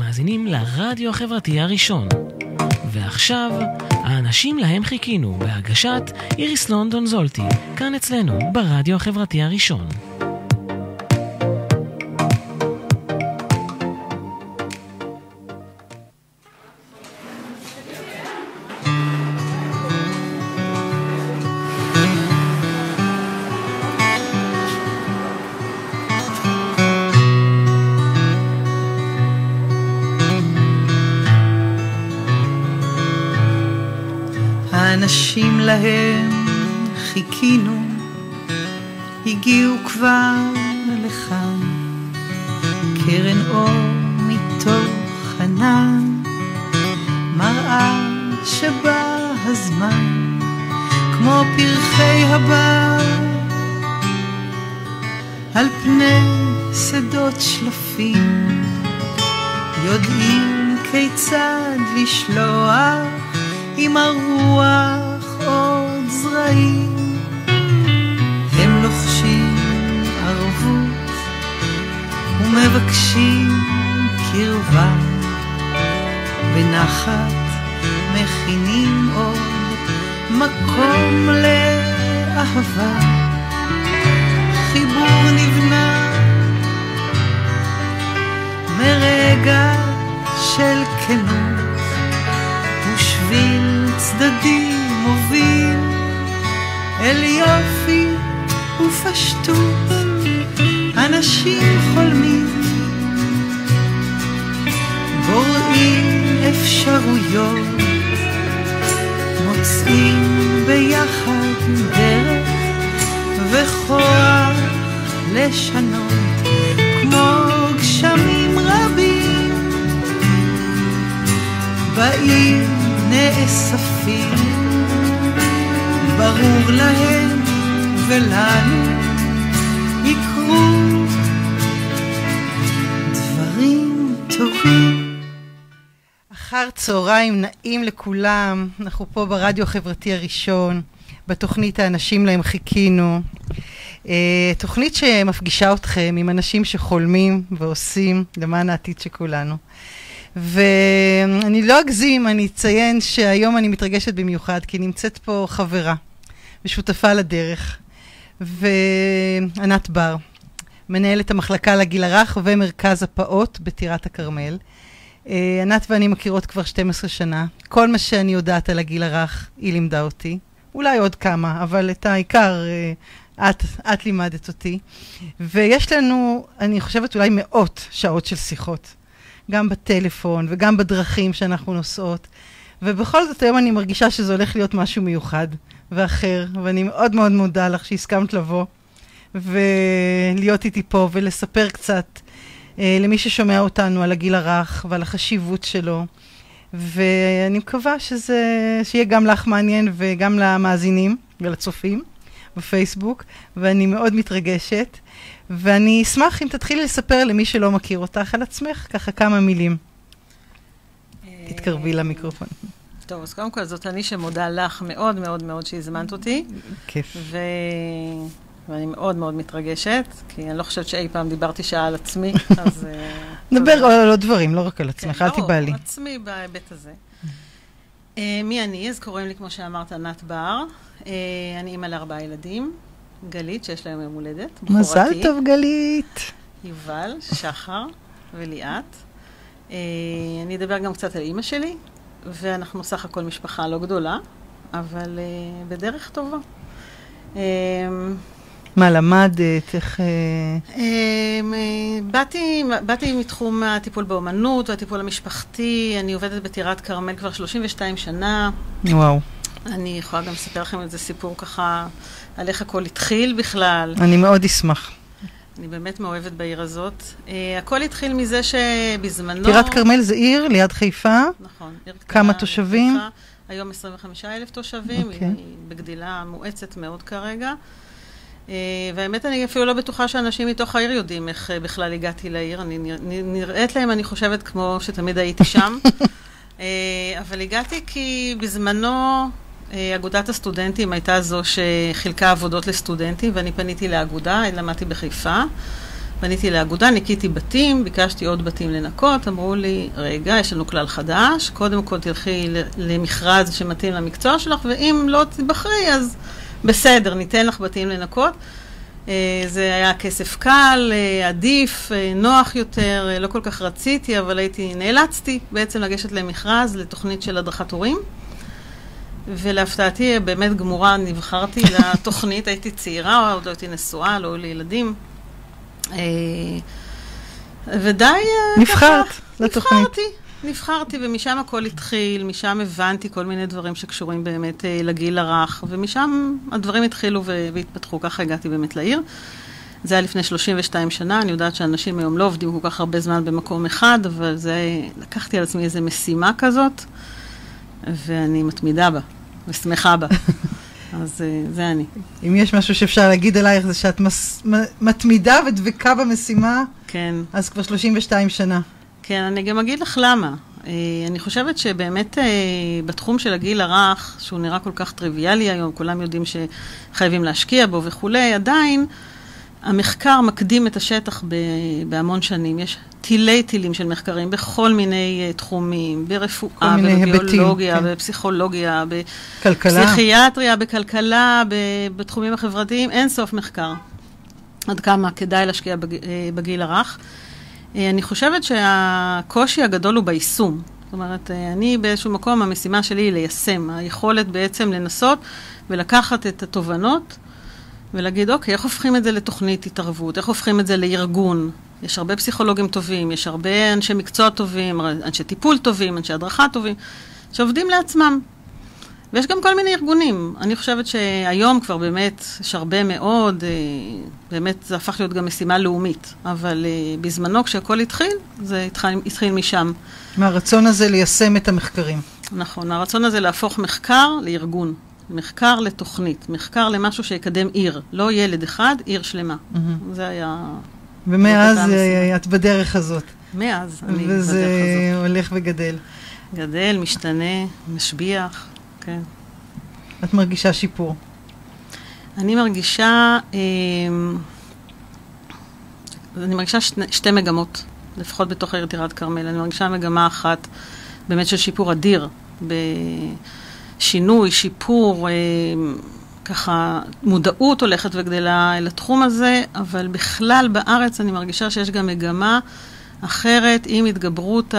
מאזינים לרדיו החברתי הראשון. ועכשיו, האנשים להם חיכינו בהגשת איריס לונדון זולטי, כאן אצלנו ברדיו החברתי הראשון. האנשים להם חיכינו, הגיעו כבר לכאן, קרן אור מתוך ענן, מראה שבא הזמן, כמו פרחי הבר, על פני שדות שלפים, יודעים כיצד לשלוח עם הרוח עוד זרעים, הם לוחשים ערבות ומבקשים קרבה, בנחת מכינים עוד מקום לאהבה, חיבור נבנה מרגע של כנות, ושביל צדדי מוביל אל יופי ופשטות, אנשים חולמים, בוראים אפשרויות, מוצאים ביחד דרך וכוח לשנות, כמו גשמים רבים באים נאספים, ברור להם ולנו יקרו דברים טובים. אחר צהריים נעים לכולם, אנחנו פה ברדיו החברתי הראשון, בתוכנית האנשים להם חיכינו, תוכנית שמפגישה אתכם עם אנשים שחולמים ועושים למען העתיד שכולנו. ואני לא אגזים, אני אציין שהיום אני מתרגשת במיוחד, כי נמצאת פה חברה ושותפה לדרך, וענת בר, מנהלת המחלקה לגיל הרך ומרכז הפעוט בטירת הכרמל. ענת ואני מכירות כבר 12 שנה. כל מה שאני יודעת על הגיל הרך היא לימדה אותי. אולי עוד כמה, אבל את העיקר את לימדת אותי. ויש לנו, אני חושבת, אולי מאות שעות של שיחות. גם בטלפון וגם בדרכים שאנחנו נוסעות. ובכל זאת היום אני מרגישה שזה הולך להיות משהו מיוחד ואחר. ואני מאוד מאוד מודה לך שהסכמת לבוא ולהיות איתי פה ולספר קצת למי ששומע אותנו על הגיל הרך ועל החשיבות שלו. ואני מקווה שיהיה גם לך מעניין וגם למאזינים ולצופים בפייסבוק. ואני מאוד מתרגשת. ואני אשמח אם תתחילי לספר למי שלא מכיר אותך על עצמך, ככה כמה מילים. תתקרבי למיקרופון. טוב, אז קודם כל זאת אני שמודה לך מאוד מאוד מאוד שהזמנת אותי. כיף. ואני מאוד מאוד מתרגשת, כי אני לא חושבת שאי פעם דיברתי שעה על עצמי, אז... נדבר על עוד דברים, לא רק על עצמך, אל תיבא לי. לא, עצמי בהיבט הזה. מי אני? אז קוראים לי, כמו שאמרת, ענת בר. אני אימא ל4 ילדים. גלית, שיש להם יום הולדת. מזל טוב, גלית. יובל, שחר וליאת. אני אדבר גם קצת על אימא שלי, ואנחנו סך הכל משפחה לא גדולה, אבל בדרך טובה. מה למדת? איך... באתי מתחום הטיפול באומנות והטיפול המשפחתי. אני עובדת בטירת כרמל כבר 32 שנה. וואו. אני יכולה גם לספר לכם איזה סיפור ככה על איך הכל התחיל בכלל. אני מאוד אשמח. אני באמת מאוהבת בעיר הזאת. הכל התחיל מזה שבזמנו... טירת כרמל זה עיר ליד חיפה. נכון. כמה תושבים? היום 25,000 תושבים. היא בגדילה מואצת מאוד כרגע. והאמת אני אפילו לא בטוחה שאנשים מתוך העיר יודעים איך בכלל הגעתי לעיר. אני נראית להם, אני חושבת, כמו שתמיד הייתי שם. אבל הגעתי כי בזמנו אגודת הסטודנטים הייתה זו שחילקה עבודות לסטודנטים, ואני פניתי לאגודה, למדתי בחיפה, פניתי לאגודה, ניקיתי בתים, ביקשתי עוד בתים לנקות, אמרו לי, רגע, יש לנו כלל חדש, קודם כל תלכי למכרז שמתאים למקצוע שלך, ואם לא תבחרי, אז בסדר, ניתן לך בתים לנקות. זה היה כסף קל, עדיף, נוח יותר, לא כל כך רציתי, אבל נאלצתי בעצם לגשת למכרז, לתוכנית של הדרכת הורים. ולהפתעתי, באמת גמורה, נבחרתי לתוכנית, הייתי צעירה, עוד לא הייתי נשואה, לא היו לי ילדים. ודי... נבחרת לתוכנית. נבחרתי, ומשם הכל התחיל, משם הבנתי כל מיני דברים שקשורים באמת לגיל הרך, ומשם הדברים התחילו והתפתחו, ככה הגעתי באמת לעיר. זה היה לפני 32 שנה, אני יודעת שאנשים היום לא עובדים כל כך הרבה זמן במקום אחד, אבל לקחתי על עצמי איזו משימה כזאת, ואני מתמידה בה, ושמחה בה. אז זה אני. אם יש משהו שאפשר להגיד עלייך, זה שאת מתמידה ודבקה במשימה, כן. אז כבר 32 שנה. כן, אני גם אגיד לך למה. אני חושבת שבאמת בתחום של הגיל הרך, שהוא נראה כל כך טריוויאלי היום, כולם יודעים שחייבים להשקיע בו וכולי, עדיין המחקר מקדים את השטח בהמון שנים. יש טילים של מחקרים בכל מיני תחומים, ברפואה, בביולוגיה, בפסיכולוגיה, בפסיכיאטריה, בכלכלה, בתחומים החברתיים, אין סוף מחקר. עד כמה כדאי להשקיע בגיל הרך. אני חושבת שהקושי הגדול הוא ביישום. זאת אומרת, אני באיזשהו מקום, המשימה שלי היא ליישם. היכולת בעצם לנסות ולקחת את התובנות ולהגיד, אוקיי, איך הופכים את זה לתוכנית התערבות? איך הופכים את זה לארגון? יש הרבה פסיכולוגים טובים, יש הרבה אנשי מקצוע טובים, אנשי טיפול טובים, אנשי הדרכה טובים, שעובדים לעצמם. ויש גם כל מיני ארגונים. אני חושבת שהיום כבר באמת יש הרבה מאוד, באמת זה הפך להיות גם משימה לאומית. אבל בזמנו כשהכל התחיל, זה התחיל משם. מהרצון הזה ליישם את המחקרים. נכון, הרצון הזה להפוך מחקר לארגון. מחקר לתוכנית, מחקר למשהו שיקדם עיר. לא ילד אחד, עיר שלמה. זה היה... ומאז את בדרך הזאת. מאז אני בדרך הזאת. וזה הולך וגדל. גדל, משתנה, משביח, כן. את מרגישה שיפור? אני מרגישה שתי מגמות, לפחות בתוך העיר טירת כרמל. אני מרגישה מגמה אחת באמת של שיפור אדיר, בשינוי, שיפור, ככה מודעות הולכת וגדלה לתחום הזה, אבל בכלל בארץ אני מרגישה שיש גם מגמה אחרת עם התגברות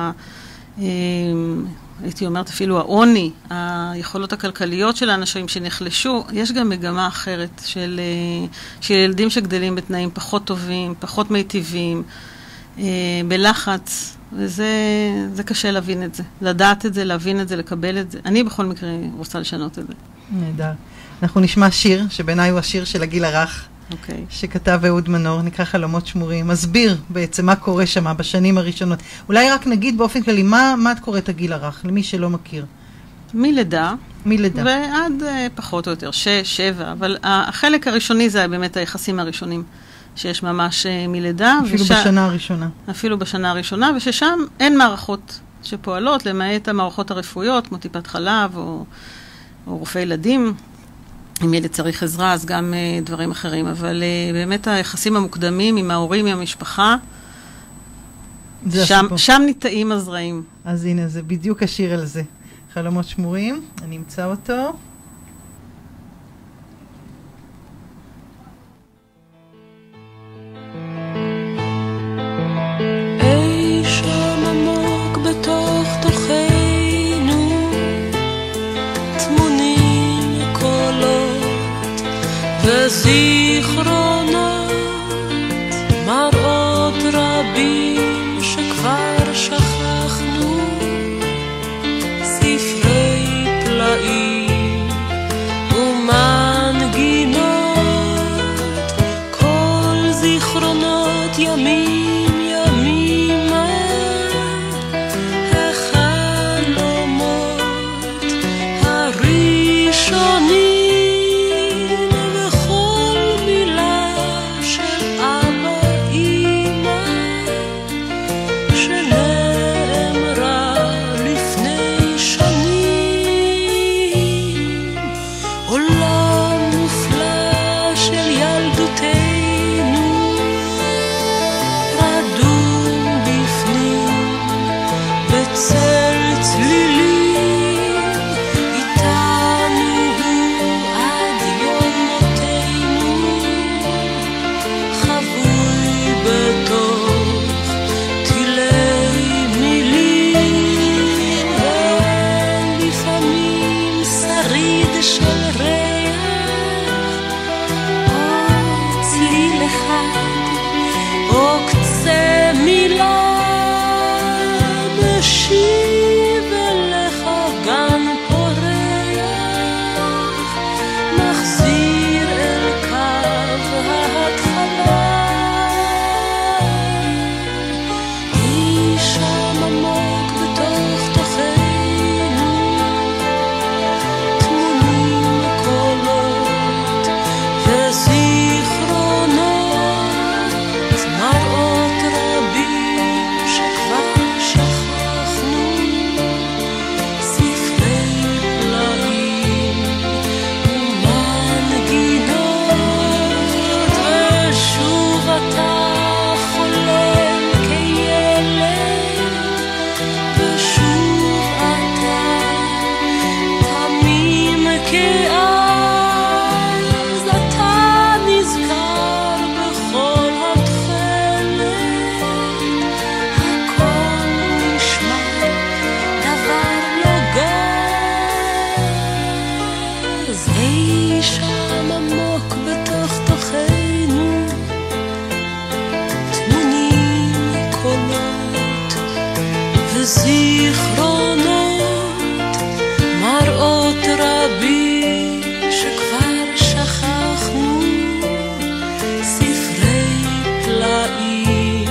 הייתי אומרת אפילו העוני, היכולות הכלכליות של האנשים שנחלשו, יש גם מגמה אחרת של ילדים שגדלים בתנאים פחות טובים, פחות מיטיבים, בלחץ, וזה קשה להבין את זה, לדעת את זה, להבין את זה, לקבל את זה. אני בכל מקרה רוצה לשנות את זה. נהדר. אנחנו נשמע שיר, שבעיניי הוא השיר של הגיל הרך, שכתב אהוד מנור, נקרא חלומות שמורים. מסביר בעצם מה קורה שם בשנים הראשונות. אולי רק נגיד באופן כללי, מה את קוראת הגיל הרך, למי שלא מכיר? מלידה. ועד פחות או יותר, 6, 7, אבל החלק הראשוני זה באמת היחסים הראשונים, שיש ממש מלידה. אפילו בשנה הראשונה. אפילו בשנה הראשונה, וששם אין מערכות שפועלות, למעט המערכות הרפואיות, כמו טיפת חלב או רופאי ילדים. אם ילד צריך עזרה, אז גם דברים אחרים. אבל באמת היחסים המוקדמים עם ההורים, עם המשפחה, שם ניטעים הזרעים. אז הנה, זה בדיוק השיר על זה. חלומות שמורים, אני אמצא אותו. אי שם עמוק בתוך תוכנו תמונים קולות וזיכרונות, מראות רבים שכבר שכחנו, ספרי פלאים ומנגינות, כל זיכרונות ימים זיכרונות, מראות רבים שכבר שכחנו, ספרי פלאים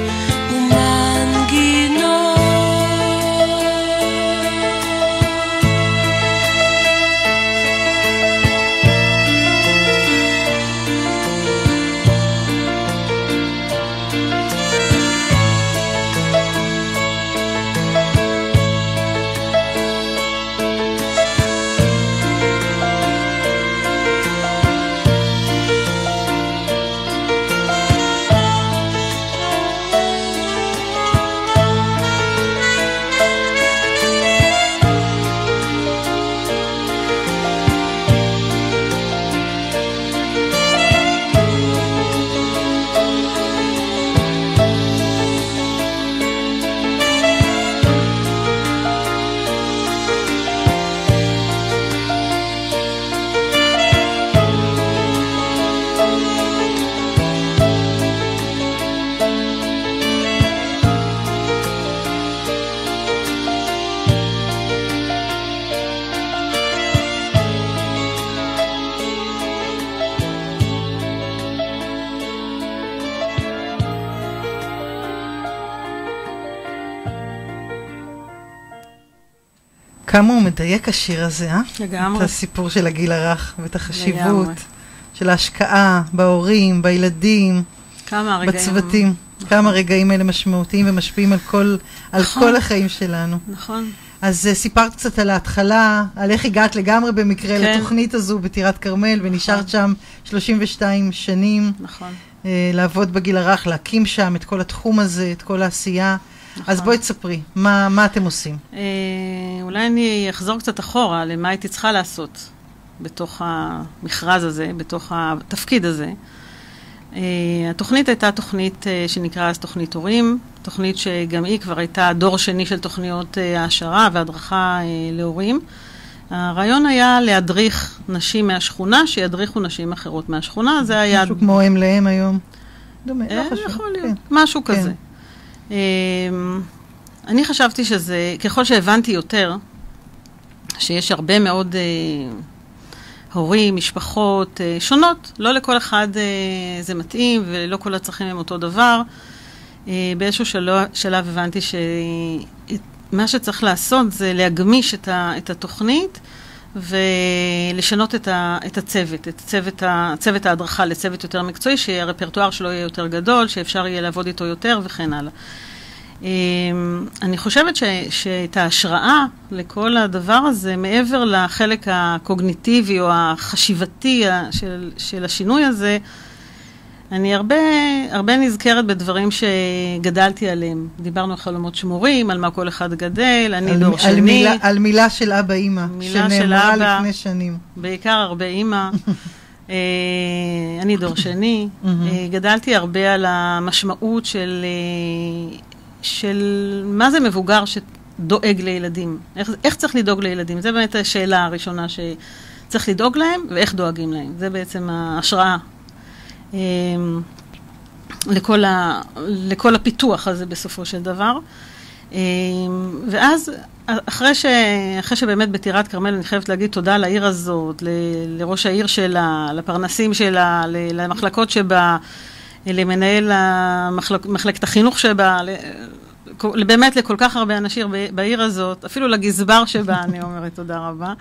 ומנגינות. כמה הוא מדייק השיר הזה, לגמרי. את הסיפור של הגיל הרך ואת החשיבות של ההשקעה בהורים, בילדים, בצוותים. כמה רגעים האלה משמעותיים ומשפיעים על כל החיים שלנו. נכון. אז סיפרת קצת על ההתחלה, על איך הגעת לגמרי במקרה לתוכנית הזו בטירת כרמל, ונשארת שם 32 שנים. נכון. לעבוד בגיל הרך, להקים שם את כל התחום הזה, את כל העשייה. אז בואי תספרי, מה אתם עושים? אולי אני אחזור קצת אחורה למה הייתי צריכה לעשות בתוך המכרז הזה, בתוך התפקיד הזה. התוכנית הייתה תוכנית שנקרא אז תוכנית הורים, תוכנית שגם היא כבר הייתה דור שני של תוכניות העשרה והדרכה להורים. הרעיון היה להדריך נשים מהשכונה שידריכו נשים אחרות מהשכונה. זה היה... משהו כמו אם להם היום? דומה, לא חשוב. יכול להיות, משהו כזה. אני חשבתי שזה, ככל שהבנתי יותר, שיש הרבה מאוד הורים, משפחות שונות, לא לכל אחד זה מתאים ולא כל הצרכים הם אותו דבר. באיזשהו שלב הבנתי שמה שצריך לעשות זה להגמיש את התוכנית ולשנות את הצוות, צוות ההדרכה לצוות יותר מקצועי, שהרפרטואר שלו יהיה יותר גדול, שאפשר יהיה לעבוד איתו יותר וכן הלאה. אני חושבת שאת ההשראה לכל הדבר הזה, מעבר לחלק הקוגניטיבי או החשיבתי של השינוי הזה, אני הרבה נזכרת בדברים שגדלתי עליהם. דיברנו על חלומות שמורים, על מה כל אחד גדל, אני דור שני. על מילה של אבא אימא, שנאמרה לפני שנים. בעיקר הרבה אימא. אני דור שני. גדלתי הרבה על המשמעות של מה זה מבוגר שדואג לילדים. איך צריך לדאוג לילדים? זה באמת השאלה הראשונה שצריך לדאוג להם, ואיך דואגים להם. זה בעצם ההשראה. לכל הפיתוח הזה בסופו של דבר. ואז אחרי שבאמת בטירת כרמל אני חייבת להגיד תודה לעיר הזאת, לראש העיר שלה, לפרנסים שלה, למחלקות שבה, למנהל מחלקת החינוך שבה, באמת לכל כך הרבה אנשים בעיר הזאת, אפילו לגזבר שבה אני אומרת תודה רבה,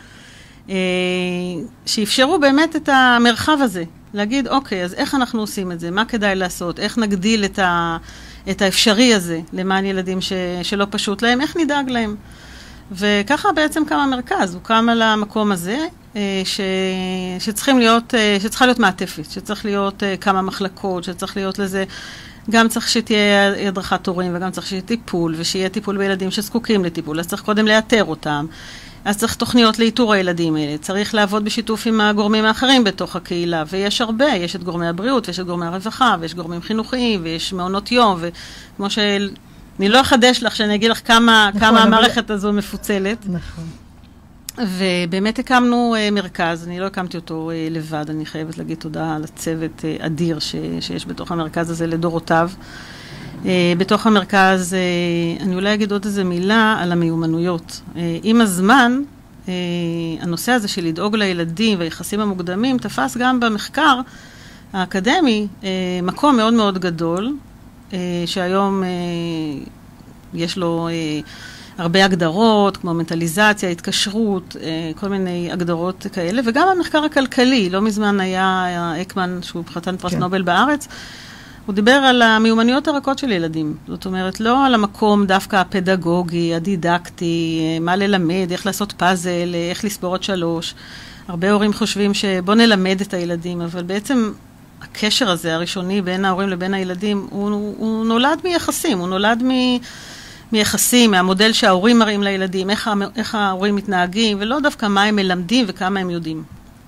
שאפשרו באמת את המרחב הזה. להגיד, אוקיי, אז איך אנחנו עושים את זה? מה כדאי לעשות? איך נגדיל את האפשרי הזה למען ילדים שלא פשוט להם? איך נדאג להם? וככה בעצם קם המרכז. הוא קם על המקום הזה, שצריכה להיות מעטפת, שצריך להיות כמה מחלקות, שצריך להיות לזה, גם צריך שתהיה הדרכת הורים, וגם צריך שיהיה טיפול, ושיהיה טיפול בילדים שזקוקים לטיפול. אז צריך קודם לאתר אותם. אז צריך תוכניות לאיתור הילדים האלה, צריך לעבוד בשיתוף עם הגורמים האחרים בתוך הקהילה, ויש הרבה, יש את גורמי הבריאות, ויש את גורמי הרווחה, ויש גורמים חינוכיים, ויש מעונות יום, וכמו אני לא אחדש לך שאני אגיד לך כמה המערכת הזו מפוצלת. נכון. ובאמת הקמנו מרכז, אני לא הקמתי אותו לבד, אני חייבת להגיד תודה לצוות אדיר שיש בתוך המרכז הזה לדורותיו. בתוך המרכז, אני אולי אגיד עוד איזה מילה על המיומנויות. עם הזמן, הנושא הזה של לדאוג לילדים והיחסים המוקדמים תפס גם במחקר האקדמי מקום מאוד מאוד גדול, שהיום יש לו הרבה הגדרות, כמו מנטליזציה, התקשרות, כל מיני הגדרות כאלה, וגם המחקר הכלכלי. לא מזמן היה אקמן, שהוא חתן פרס נובל בארץ, הוא דיבר על המיומנויות הרכות של ילדים. זאת אומרת, לא על המקום דווקא הפדגוגי, הדידקטי, מה ללמד, איך לעשות פאזל, איך לספור עוד 3. הרבה הורים חושבים שבוא נלמד את הילדים, אבל בעצם הקשר הזה, הראשוני, בין ההורים לבין הילדים, הוא נולד מיחסים, הוא נולד מיחסים, מהמודל שההורים מראים לילדים, איך ההורים מתנהגים, ולא דווקא מה הם מלמדים וכמה הם יודעים.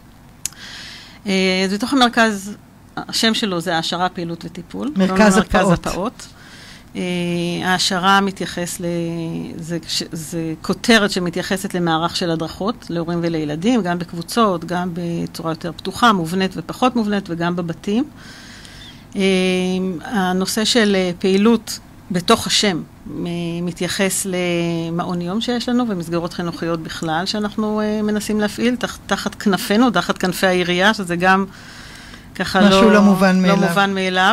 אז בתוך המרכז, השם שלו זה העשרה, פעילות וטיפול. מרכז הפעות. העשרה מתייחס זה כותרת שמתייחסת למערך של הדרכות, להורים ולילדים, גם בקבוצות, גם בצורה יותר פתוחה, מובנית ופחות מובנית, וגם בבתים. הנושא של פעילות בתוך השם מתייחס למעון יום שיש לנו, ומסגרות חינוכיות בכלל, שאנחנו מנסים להפעיל תחת כנפינו, תחת כנפי העירייה, שזה גם ככה לא מובן מאליו.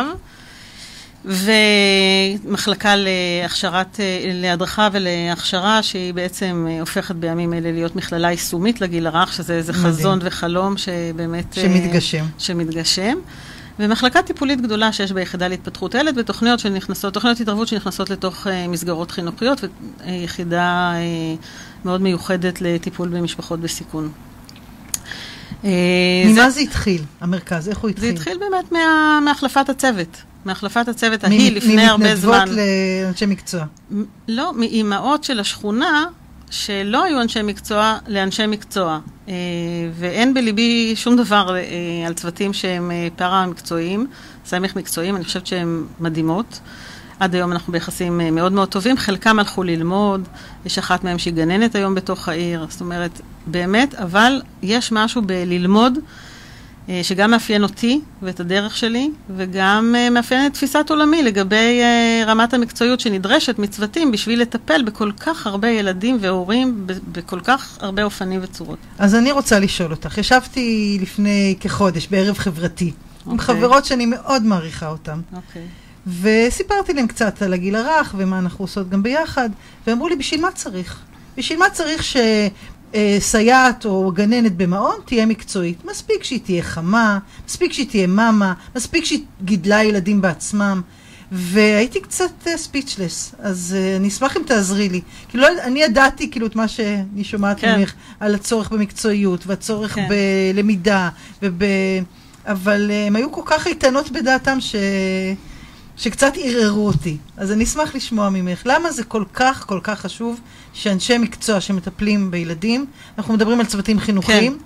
ומחלקה להדרכה ולהכשרה, שהיא בעצם הופכת בימים אלה להיות מכללה יישומית לגיל הרך, שזה איזה חזון וחלום שבאמת שמתגשם. ומחלקה טיפולית גדולה שיש ביחידה להתפתחות הילד, ותוכניות התערבות שנכנסות לתוך מסגרות חינוכיות, ויחידה מאוד מיוחדת לטיפול במשפחות בסיכון. ממה זה התחיל, המרכז? איך הוא התחיל? זה התחיל באמת מהחלפת הצוות. מהחלפת הצוות ההיא לפני הרבה זמן. ממתנדבות לאנשי מקצוע. לא, מאימהות של השכונה, שלא היו אנשי מקצוע לאנשי מקצוע. ואין בליבי שום דבר על צוותים שהם פארה-מקצועיים, סמך מקצועיים, אני חושבת שהן מדהימות. עד היום אנחנו ביחסים מאוד מאוד טובים, חלקם הלכו ללמוד, יש אחת מהם שהיא גננת היום בתוך העיר, זאת אומרת, באמת, אבל יש משהו בללמוד, שגם מאפיין אותי ואת הדרך שלי, וגם מאפיין את תפיסת עולמי לגבי רמת המקצועיות שנדרשת מצוותים בשביל לטפל בכל כך הרבה ילדים והורים, בכל כך הרבה אופנים וצורות. אז אני רוצה לשאול אותך, ישבתי לפני כחודש בערב חברתי, עם חברות שאני מאוד מעריכה אותן. וסיפרתי להם קצת על הגיל הרך ומה אנחנו עושות גם ביחד, ואמרו לי, בשביל מה צריך? בשביל מה צריך סייעת או גננת במעון תהיה מקצועית? מספיק שהיא תהיה חמה, מספיק שהיא תהיה ממה, מספיק שהיא גידלה ילדים בעצמם. והייתי קצת ספיצ'לס, אז אני אשמח אם תעזרי לי. כאילו, אני ידעתי כאילו את מה שאני שומעת ממך על הצורך במקצועיות והצורך בלמידה, אבל הם היו כל כך איתנות בדעתם שקצת ערערו אותי. אז אני אשמח לשמוע ממך. למה זה כל כך חשוב שאנשי מקצוע שמטפלים בילדים, אנחנו מדברים על צוותים חינוכיים,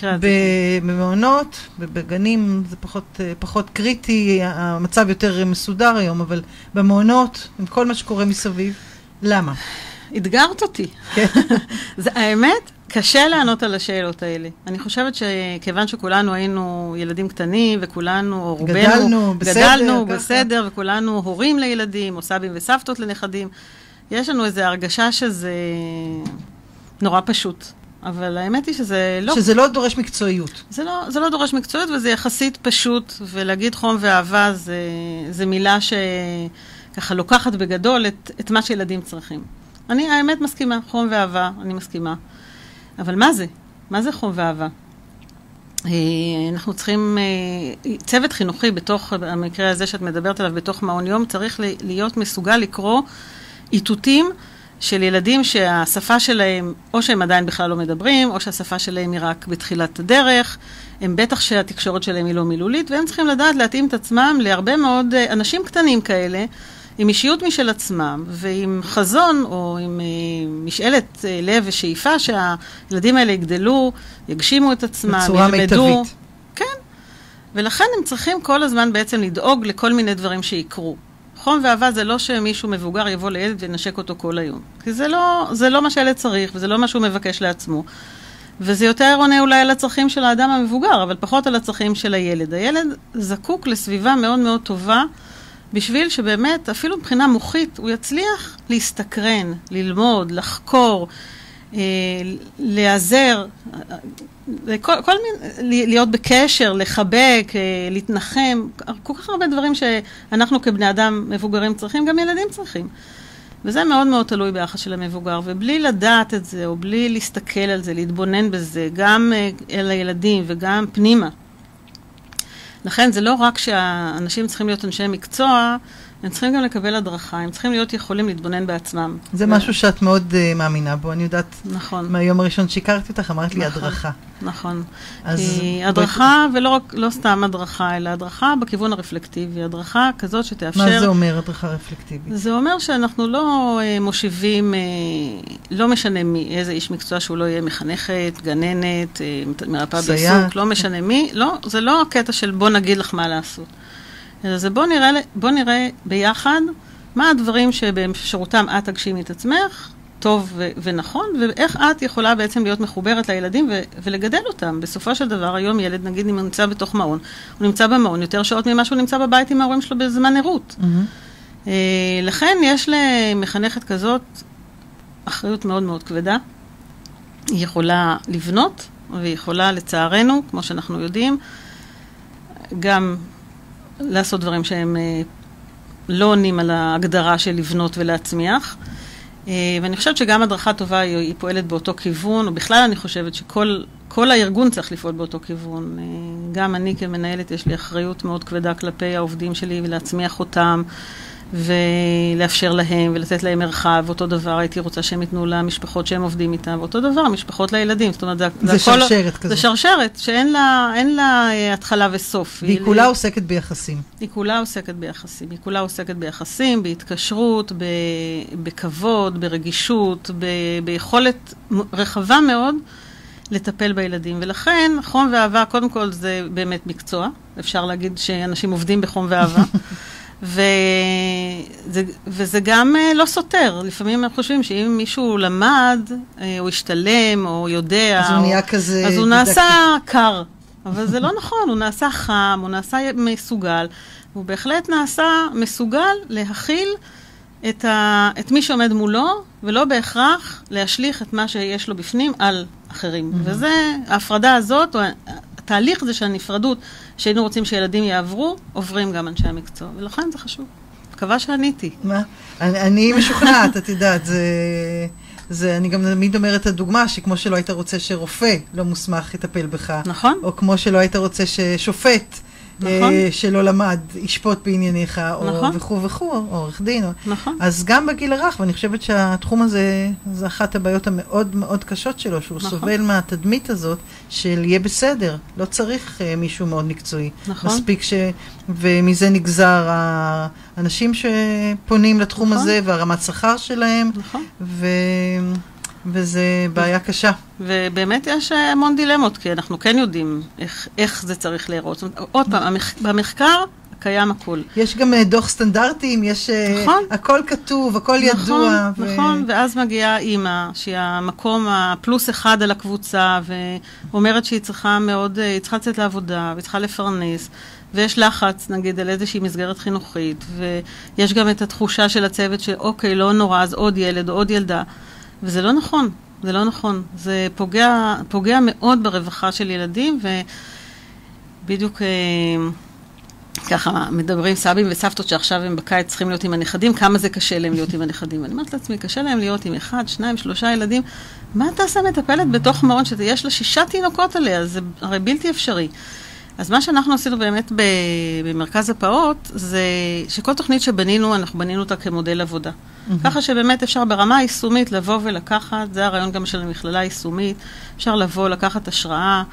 במעונות, בגנים זה פחות קריטי, המצב יותר מסודר היום, אבל במעונות, עם כל מה שקורה מסביב, למה? התגרת אותי. האמת, קשה לענות על השאלות האלה. אני חושבת שכיוון שכולנו היינו ילדים קטנים, וכולנו, או רובנו, גדלנו בסדר, וכולנו הורים לילדים, או סבים וסבתות לנכדים, יש לנו איזו הרגשה שזה נורא פשוט. אבל האמת היא שזה לא... שזה לא דורש מקצועיות. זה לא דורש מקצועיות, וזה יחסית פשוט, ולהגיד חום ואהבה זה מילה שככה לוקחת בגדול את מה שילדים צריכים. אני האמת מסכימה, חום ואהבה, אני מסכימה. אבל מה זה? מה זה חום ואהבה? אנחנו צריכים, צוות חינוכי בתוך, המקרה הזה שאת מדברת עליו, בתוך מעון יום, צריך להיות מסוגל לקרוא איתותים של ילדים שהשפה שלהם, או שהם עדיין בכלל לא מדברים, או שהשפה שלהם היא רק בתחילת הדרך, הם בטח שהתקשורת שלהם היא לא מילולית, והם צריכים לדעת להתאים את עצמם להרבה מאוד אנשים קטנים כאלה, עם אישיות משל עצמם, ועם חזון, או עם משאלת לב ושאיפה, שהילדים האלה יגדלו, יגשימו את עצמם, בצורה מיטבית. כן. ולכן הם צריכים כל הזמן בעצם לדאוג לכל מיני דברים שיקרו. חום ואהבה זה לא שמישהו מבוגר יבוא לילד ונשק אותו כל היום. כי זה לא מה שילד צריך, וזה לא מה שהוא מבקש לעצמו. וזה יותר עונה אולי על הצרכים של האדם המבוגר, אבל פחות על הצרכים של הילד. הילד זקוק לסביבה מאוד מאוד טובה, בשביל שבאמת, אפילו מבחינה מוחית, הוא יצליח להסתקרן, ללמוד, לחקור, להיעזר, להיות בקשר, לחבק, להתנחם, כל כך הרבה דברים שאנחנו כבני אדם מבוגרים צריכים, גם ילדים צריכים. וזה מאוד מאוד תלוי ביחס של המבוגר, ובלי לדעת את זה, או בלי להסתכל על זה, להתבונן בזה, גם אל הילדים וגם פנימה. לכן זה לא רק שהאנשים צריכים להיות אנשי מקצוע, הם צריכים גם לקבל הדרכה, הם צריכים להיות יכולים להתבונן בעצמם. זה משהו שאת מאוד מאמינה בו, אני יודעת. נכון. מהיום הראשון שהכרתי אותך, אמרת לי הדרכה. נכון. כי הדרכה, ולא סתם הדרכה, אלא הדרכה בכיוון הרפלקטיבי, הדרכה כזאת שתאפשר... מה זה אומר הדרכה רפלקטיבית? זה אומר שאנחנו לא מושיבים, לא משנה איזה איש מקצוע שהוא לא יהיה מחנכת, גננת, מרפאה בעיסוק, לא משנה מי, לא, זה לא הקטע של בוא נגיד לך מה לעשות. אז בוא נראה ביחד מה הדברים שבאפשרותם את תגשימי את עצמך, טוב ונכון, ואיך את יכולה בעצם להיות מחוברת לילדים ולגדל אותם. בסופו של דבר, היום ילד, נגיד, אם הוא נמצא בתוך מעון, הוא נמצא במעון יותר שעות ממה שהוא נמצא בבית עם ההורים שלו בזמן עירות. לכן יש למחנכת כזאת אחריות מאוד מאוד כבדה. היא יכולה לבנות, והיא יכולה לצערנו, כמו שאנחנו יודעים, גם לעשות דברים שהם לא עונים על ההגדרה של לבנות ולהצמיח. ואני חושבת שגם הדרכה טובה היא פועלת באותו כיוון, ובכלל אני חושבת שכל הארגון צריך לפעול באותו כיוון. גם אני כמנהלת יש לי אחריות מאוד כבדה כלפי העובדים שלי ולהצמיח אותם, ולאפשר להם ולתת להם מרחב. אותו דבר הייתי רוצה שהם ייתנו למשפחות שהם עובדים איתם, ואותו דבר המשפחות לילדים. זאת אומרת, זה שרשרת כזאת. זה שרשרת שאין לה התחלה וסוף. והיא כולה עוסקת ביחסים. היא כולה עוסקת ביחסים. היא כולה עוסקת ביחסים, בהתקשרות, בכבוד, ברגישות, ביכולת רחבה מאוד לטפל בילדים. ולכן, חום ואהבה, קודם כל זה באמת מקצוע. אפשר להגיד שאנשים עובדים בחום ואהבה. וזה גם לא סותר. לפעמים אנחנו חושבים שאם מישהו למד, או השתלם, או יודע, אז הוא נהיה כזה... אז הוא נעשה קר. אבל זה לא נכון, הוא נעשה חם, הוא נעשה מסוגל. הוא בהחלט נעשה מסוגל להכיל את מי שעומד מולו, ולא בהכרח להשליך את מה שיש לו בפנים על אחרים. וזה, ההפרדה הזאת, או התהליך הזה של הנפרדות, שהיינו רוצים שילדים יעברו, עוברים גם אנשי המקצוע. ולכן זה חשוב. מקווה שעניתי. מה? אני משוכנעת, את יודעת, אני גם תמיד אומרת את הדוגמה, שכמו שלא היית רוצה שרופא לא מוסמך יטפל בך. נכון. או כמו שלא היית רוצה ששופט, נכון. שלא למד, ישפוט בענייניך, נכון. או וכו', או עורך דין. נכון. אז גם בגיל הרך, ואני חושבת שהתחום הזה, זה אחת הבעיות המאוד מאוד קשות שלו, שהוא נכון. סובל מהתדמית הזאת, של יהיה בסדר. לא צריך מישהו מאוד מקצועי. נכון. מספיק ומזה נגזר האנשים שפונים לתחום נכון. הזה, והרמת שכר שלהם. נכון. וזה בעיה קשה. ובאמת יש המון דילמות, כי אנחנו כן יודעים איך זה צריך להיראות. זאת אומרת, עוד פעם, במחקר קיים הכל. יש גם דוח סטנדרטים, יש נכון. הכל כתוב, הכל נכון, ידוע. נכון, ואז מגיעה אימא, שהיא המקום הפלוס אחד על הקבוצה, ואומרת שהיא צריכה מאוד, היא צריכה לצאת לעבודה, והיא צריכה לפרנס, ויש לחץ, נגיד, על איזושהי מסגרת חינוכית, ויש גם את התחושה של הצוות שאוקיי, לא נורא, אז עוד ילד או עוד ילדה. וזה לא נכון, זה לא נכון. זה פוגע מאוד ברווחה של ילדים, ובדיוק ככה מדברים סבים וסבתות שעכשיו הם בקיץ צריכים להיות עם הנכדים, כמה זה קשה להם להיות עם הנכדים. אני אומרת לעצמי, קשה להם להיות עם 1, 2, 3 ילדים. מה תעשה מטפלת בתוך מעון שיש לה 6 תינוקות עליה? זה הרי בלתי אפשרי. אז מה שאנחנו עשינו באמת במרכז הפעוט, זה שכל תוכנית שבנינו, אנחנו בנינו אותה כמודל עבודה. ככה שבאמת אפשר ברמה היישומית לבוא ולקחת, זה הרעיון גם של המכללה היישומית, אפשר לבוא, לקחת השראה,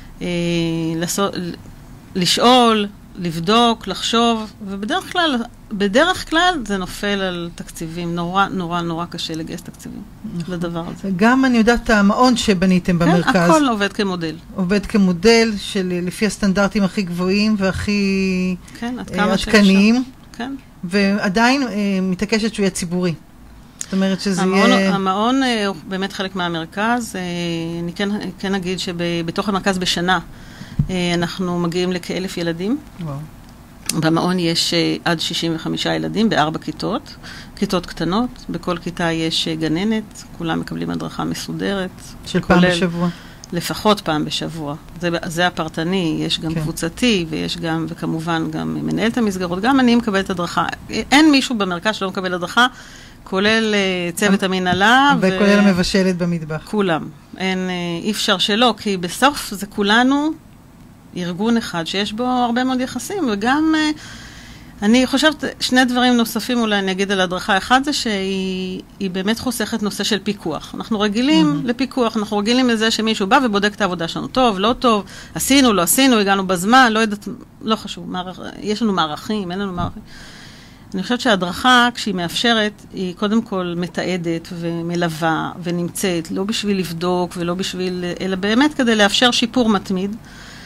לשאול, לבדוק, לחשוב, ובדרך כלל זה נופל על תקציבים. נורא נורא נורא קשה לגייס תקציבים לדבר הזה. גם אני יודעת המעון שבניתם במרכז. כן, הכל עובד כמודל. עובד כמודל לפי הסטנדרטים הכי גבוהים והכי עדכניים. כן. ועדיין מתעקשת שהוא יהיה ציבורי. זאת אומרת שזה יהיה... המעון הוא באמת חלק מהמרכז. אני כן אגיד שבתוך המרכז בשנה אנחנו מגיעים לכ1,000 ילדים. וואו. במעון יש עד 65 ילדים ב4 כיתות, כיתות קטנות, בכל כיתה יש גננת, כולם מקבלים הדרכה מסודרת. של פעם בשבוע. לפחות פעם בשבוע. זה הפרטני, יש גם קבוצתי, ויש גם, וכמובן גם מנהלת המסגרות, גם אני מקבלת הדרכה. אין מישהו במרכז שלא מקבל הדרכה, כולל צוות המנהלה. וכולל המבשלת במטבח. כולם. אי אפשר שלא, כי בסוף זה כולנו ארגון אחד שיש בו הרבה מאוד יחסים, וגם אני חושבת, שני דברים נוספים אולי אני אגיד על הדרכה. אחד זה שהיא באמת חוסכת נושא של פיקוח. אנחנו רגילים לפיקוח, אנחנו רגילים לזה שמישהו בא ובודק את העבודה שלנו. טוב, לא טוב, עשינו, לא עשינו, הגענו בזמן, לא יודעת, לא חשוב. יש לנו מערכים, אין לנו מערכים. אני חושבת שההדרכה, כשהיא מאפשרת, היא קודם כל מתעדת ומלווה ונמצאת, לא בשביל לבדוק ולא בשביל, אלא באמת כדי לאפשר שיפור מתמיד.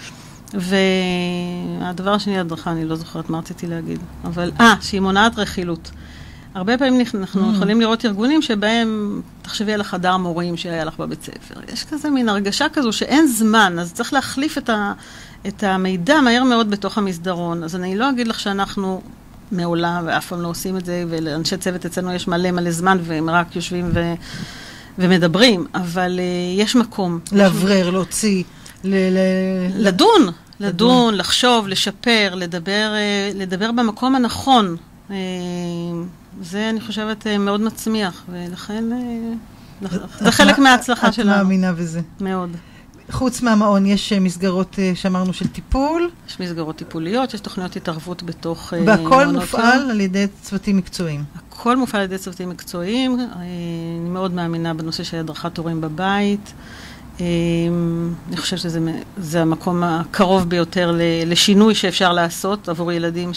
והדבר השני, הדרכה, אני לא זוכרת מה רציתי להגיד, אבל, שהיא מונעת רכילות. הרבה פעמים אנחנו יכולים לראות ארגונים שבהם, תחשבי על החדר מורים שהיה לך בבית ספר. יש כזה מין הרגשה כזו שאין זמן, אז צריך להחליף את המידע מהר מאוד בתוך המסדרון. אז אני לא אגיד לך שאנחנו מעולם ואף פעם לא עושים את זה, ולאנשי צוות אצלנו יש מלא זמן, והם רק יושבים ומדברים, אבל יש מקום. להברר, להוציא. לדון, לחשוב, לשפר, לדבר במקום הנכון. זה, אני חושבת, מאוד מצמיח, ולכן זה חלק מההצלחה שלנו. את מאמינה בזה. מאוד. חוץ מהמעון, יש מסגרות שאמרנו של טיפול? יש מסגרות טיפוליות, יש תוכניות התערבות בתוך... והכל מופעל על ידי צוותים מקצועיים? הכל מופעל על ידי צוותים מקצועיים. אני מאוד מאמינה בנושא של הדרכת הורים בבית. אני חושבת שזה המקום הקרוב ביותר לשינוי שאפשר לעשות עבור ילדים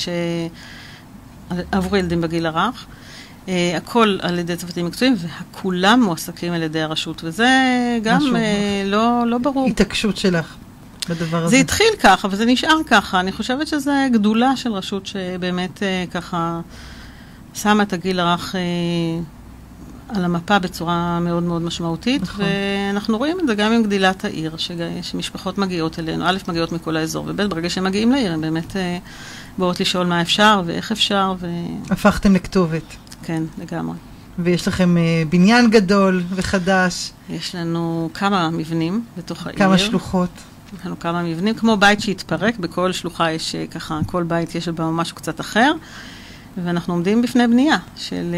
בגיל הרך. הכל על ידי צוותים מקצועיים, וכולם מועסקים על ידי הרשות, וזה גם לא ברור. התעקשות שלך בדבר הזה. זה התחיל ככה, וזה נשאר ככה. אני חושבת שזה גדולה של רשות שבאמת ככה שמה את הגיל הרך על המפה בצורה מאוד מאוד משמעותית, נכון. ואנחנו רואים את זה גם עם גדילת העיר, שמשפחות מגיעות אלינו, א' מגיעות מכל האזור, וב' ברגע שהם מגיעים לעיר, הם באמת באות לשאול מה אפשר ואיך אפשר. הפכתם לכתובת. כן, לגמרי. ויש לכם בניין גדול וחדש. יש לנו כמה מבנים בתוך העיר. כמה שלוחות. יש לנו כמה מבנים, כמו בית שהתפרק, בכל שלוחה יש ככה, כל בית יש בה משהו קצת אחר, ואנחנו עומדים בפני בנייה של...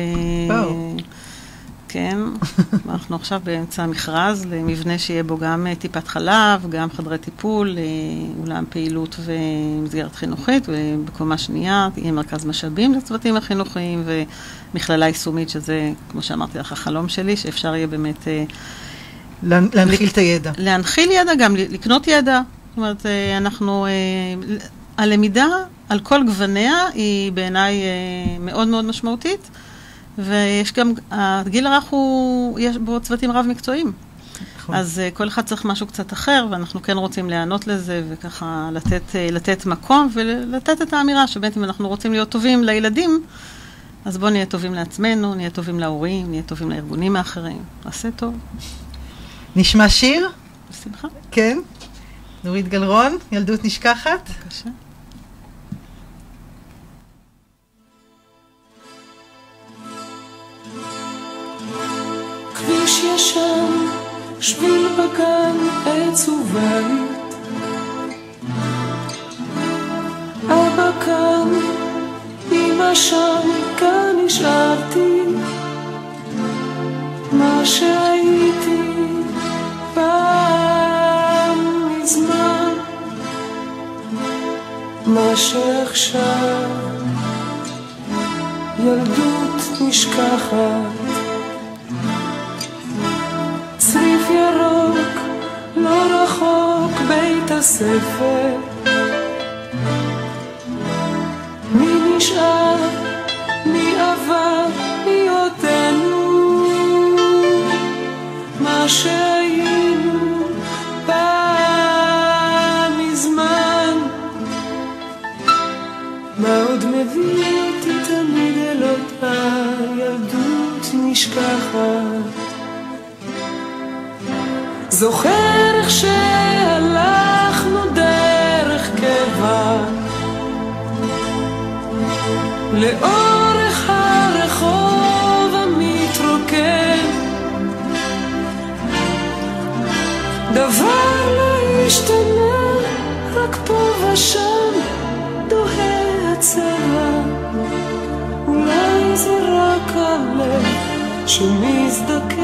כן, אנחנו עכשיו באמצע המכרז למבנה שיהיה בו גם טיפת חלב, גם חדרי טיפול, אולם פעילות ומסגרת חינוכית, ובקומה שנייה יהיה מרכז משאבים לצוותים החינוכיים, ומכללה יישומית, שזה, כמו שאמרתי לך, החלום שלי, שאפשר יהיה באמת... להנחיל את הידע. להנחיל ידע, גם לקנות ידע. זאת אומרת, אנחנו... הלמידה על כל גווניה היא בעיניי מאוד מאוד משמעותית, ויש גם, הגיל הרך יש בו צוותים רב מקצועיים. אז כל אחד צריך משהו קצת אחר, ואנחנו כן רוצים להיענות לזה, וככה לתת מקום, ולתת את האמירה שבאמת אם אנחנו רוצים להיות טובים לילדים, אז בואו נהיה טובים לעצמנו, נהיה טובים להורים, נהיה טובים לארגונים האחרים. נעשה טוב. נשמע שיר? בשמחה. כן. נורית גלרון, ילדות נשכחת. בבקשה. כביש ישן, שביל בגן, עץ ובית. אבא כאן, אמא שם, כאן נשארתי. מה שהייתי פעם מזמן, מה שעכשיו ילדות נשכחת. צריף ירוק, לא רחוק בית הספר. מי נשאר, מי עבר, מי עודנו, מה שהיינו פעם מזמן. מה עוד מביא אותי תמיד אל אותה ילדות נשכחת. זוכר איך שהלכנו דרך קבע, לאורך הרחוב המתרוקן, דבר לא השתנה, רק פה ושם דוהה הצבע. אולי זה רק הלב שמזדקן.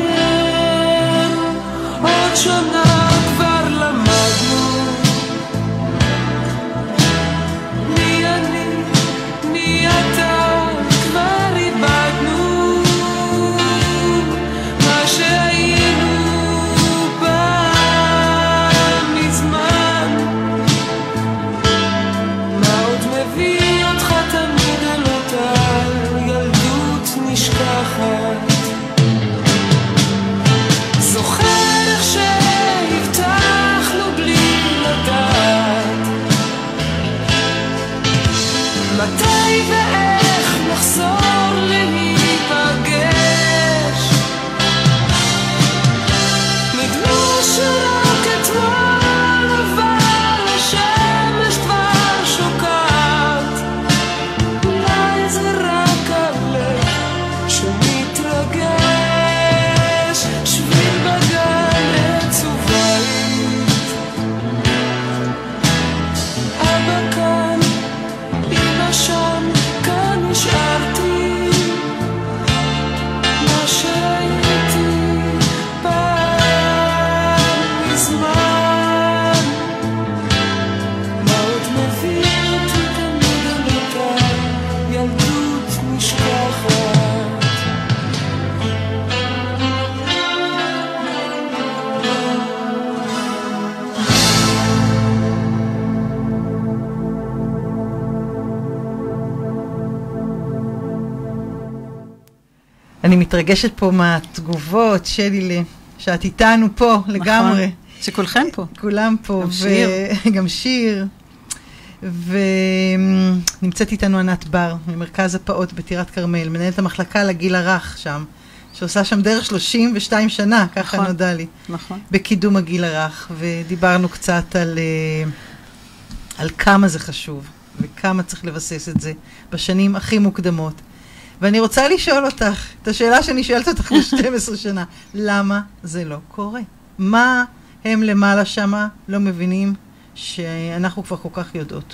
עוד שנה כבר למדנו מי אני, מי אתה, כבר איבדנו מה שהיינו פעם מזמן. מה עוד מביא אותך תמיד אל אותה ילדות נשכחת? זוכר איך שהבטחנו בלי לדעת מתי ואיך נחזור להיפגש. נדמה שרק אתמול אבל השמש כבר שוקעת. אולי זה רק הלב שמתרגש. שביל בגן עצובית, אבא כאן, אמא שם, כאן נשארתי מה שהייתי פעם מזמן. מה עוד מביא אותי תמיד אל אותה ילדות נשכחת? אני מתרגשת פה מהתגובות, שלי, שאת איתנו פה לגמרי. שכולכם פה. כולם פה. גם שיר. גם שיר. ונמצאת איתנו ענת בר, ממרכז הפעוט בטירת כרמל, מנהלת המחלקה לגיל הרך שם, שעושה שם דרך 32 שנה, ככה נכון. נודע לי. נכון. בקידום הגיל הרך, ודיברנו קצת על כמה זה חשוב, וכמה צריך לבסס את זה בשנים הכי מוקדמות. ואני רוצה לשאול אותך, את השאלה שאני שואלת אותך ב-12 שנה, למה זה לא קורה? מה הם למעלה שמה לא מבינים שאנחנו כבר כל כך יודעות?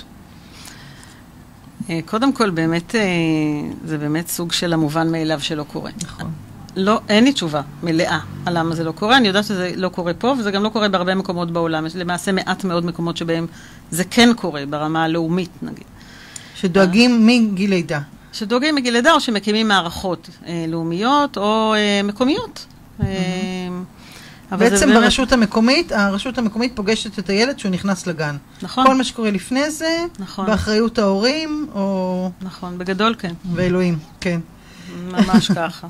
קודם כל, באמת, זה באמת סוג של המובן מאליו שלא קורה. נכון. לא, אין לי תשובה מלאה על למה זה לא קורה. אני יודעת שזה לא קורה פה, וזה גם לא קורה בהרבה מקומות בעולם. יש למעשה מעט מאוד מקומות שבהם זה כן קורה, ברמה הלאומית, נגיד. שדואגים מגיל לידה. שדואגים מגיל לידה, או שמקימים מערכות לאומיות, או מקומיות. אבל בעצם באמת... הרשות המקומית פוגשת את הילד שהוא נכנס לגן. נכון. כל מה שקורה לפני זה, נכון. באחריות ההורים, או... נכון, בגדול כן. ואלוהים, כן. ממש ככה.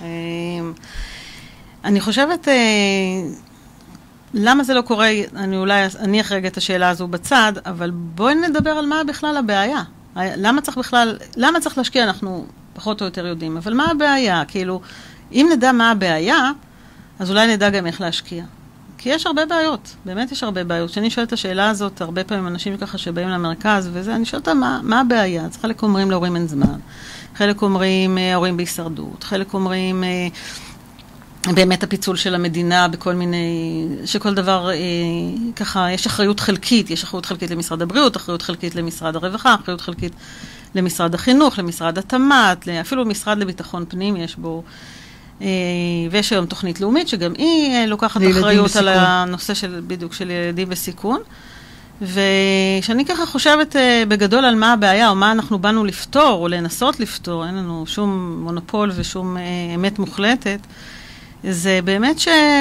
אני חושבת, למה זה לא קורה, אני אולי אניח רגע את השאלה הזו בצד, אבל בואי נדבר על מה בכלל הבעיה. למה צריך להשקיע, אנחנו פחות או יותר יודעים, אבל מה הבעיה? כאילו, אם נדע מה הבעיה, אז אולי נדע גם איך להשקיע. כי יש הרבה בעיות, באמת יש הרבה בעיות. כשאני שואלת את השאלה הזאת, הרבה פעמים אנשים ככה שבאים למרכז וזה, אני שואלת מה הבעיה? אז חלק אומרים להורים אין זמן, חלק אומרים הורים בהישרדות, חלק אומרים באמת הפיצול של המדינה בכל מיני, שכל דבר ככה, יש אחריות חלקית, יש אחריות חלקית למשרד הבריאות, אחריות חלקית למשרד הרווחה, אחריות חלקית למשרד החינוך, למשרד התמ"ת, אפילו משרד לביטחון פנים יש בו, ויש היום תוכנית לאומית שגם היא לוקחת אחריות על הנושא של, בדיוק, של ילדים בסיכון. ושאני ככה חושבת בגדול על מה הבעיה, או מה אנחנו באנו לפתור, או לנסות לפתור, אין לנו שום מונופול ושום אמת מוחלטת, זה באמת